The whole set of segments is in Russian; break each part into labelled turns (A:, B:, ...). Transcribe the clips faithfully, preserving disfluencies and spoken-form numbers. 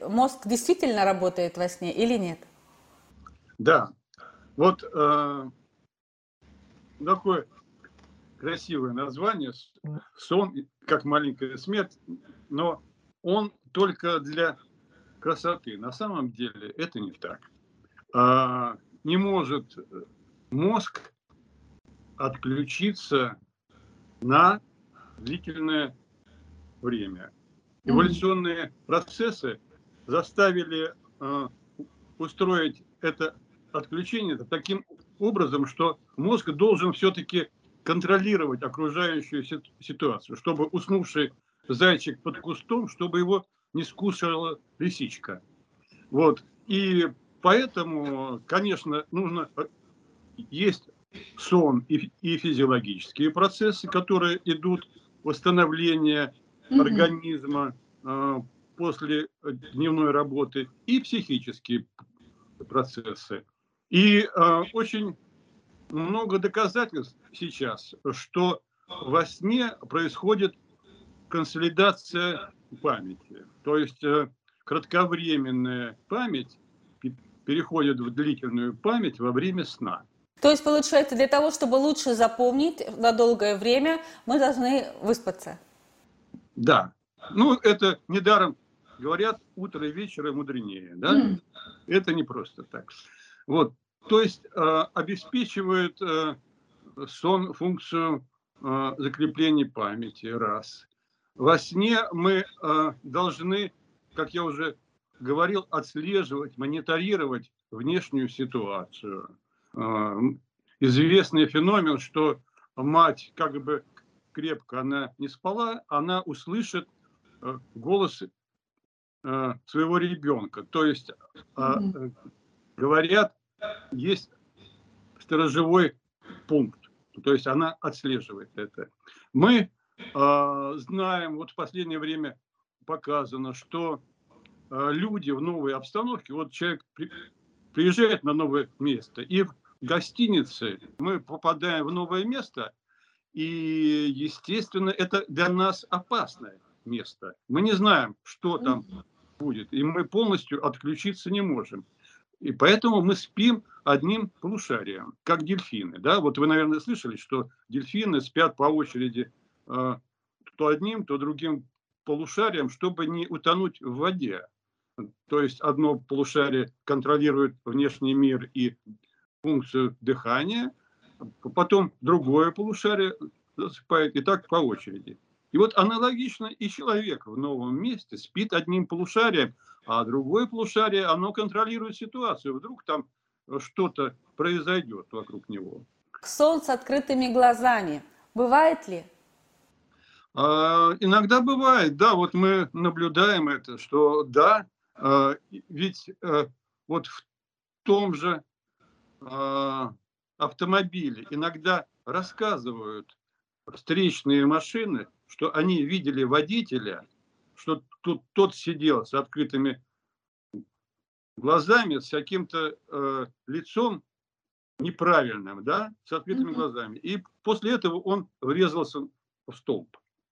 A: мозг действительно работает во сне или нет?
B: Да. Вот э, такое красивое название «Сон как маленькая смерть», но он только для красоты. На самом деле это не так. А, не может мозг отключиться на длительное время. Эволюционные процессы заставили э, устроить это отключение таким образом, что мозг должен все-таки контролировать окружающую ситуацию, чтобы уснувший зайчик под кустом, чтобы его не скушала лисичка. Вот. И поэтому, конечно, нужно... Есть сон и, и физиологические процессы, которые идут, восстановление организма э, после дневной работы, и психические процессы. И э, очень много доказательств сейчас, что во сне происходит консолидация памяти. То есть э, кратковременная память переходит в длительную память во время сна.
A: То есть, получается, для того, чтобы лучше запомнить на долгое время, мы должны выспаться?
B: Да. Ну, это недаром говорят, утро и вечер мудренее. Да? Mm. Это не просто так. Вот. То есть э, обеспечивает э, сон функцию э, закрепления памяти. Раз. Во сне мы э, должны, как я уже говорил, отслеживать, мониторировать внешнюю ситуацию. Э, известный феномен, что мать, как бы крепко она не спала, она услышит э, голос э, своего ребенка. То есть, э, говорят, есть сторожевой пункт. То есть она отслеживает это. Мы э, знаем, вот в последнее время показано, что э, люди в новой обстановке, вот человек при, приезжает на новое место, и в гостинице мы попадаем в новое место, и, естественно, это для нас опасное место. Мы не знаем, что там будет, и мы полностью отключиться не можем. И поэтому мы спим одним полушарием, как дельфины. Да? Вот вы, наверное, слышали, что дельфины спят по очереди э, то одним, то другим полушарием, чтобы не утонуть в воде. То есть одно полушарие контролирует внешний мир и функцию дыхания, потом другое полушарие засыпает, и так по очереди. И вот аналогично и человек в новом месте спит одним полушарием, а другое полушарие, оно контролирует ситуацию. Вдруг там что-то произойдет вокруг него.
A: Сон с открытыми глазами. Бывает ли?
B: А, иногда бывает, да, вот мы наблюдаем это, что да, а, ведь а, вот в том же а, автомобиле иногда рассказывают встречные машины, что они видели водителя, что тут тот сидел с открытыми глазами, с каким-то э, лицом неправильным, да, с открытыми mm-hmm. глазами. И после этого он врезался в столб.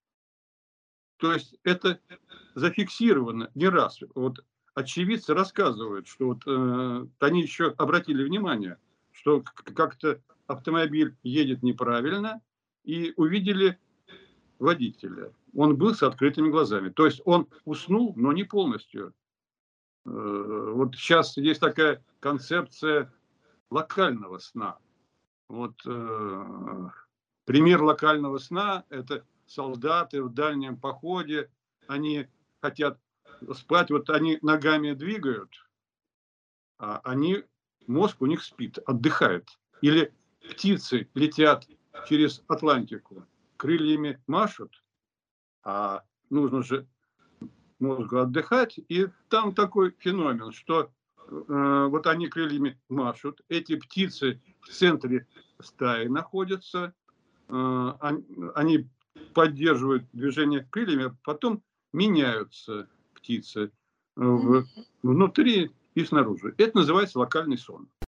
B: То есть это зафиксировано не раз. Вот очевидцы рассказывают, что вот э, они еще обратили внимание, что как-то автомобиль едет неправильно, и увидели водителя. Он был с открытыми глазами. То есть он уснул, но не полностью. Вот сейчас есть такая концепция локального сна. Вот э, пример локального сна – это солдаты в дальнем походе. Они хотят спать, вот они ногами двигают, а они, мозг у них спит, отдыхает. Или птицы летят через Атлантику, крыльями машут, а нужно же мозгу отдыхать. И там такой феномен, что э, вот они крыльями машут, эти птицы в центре стаи находятся, э, они, они поддерживают движение крыльями, потом меняются птицы э, в, внутри и снаружи. Это называется локальный сон.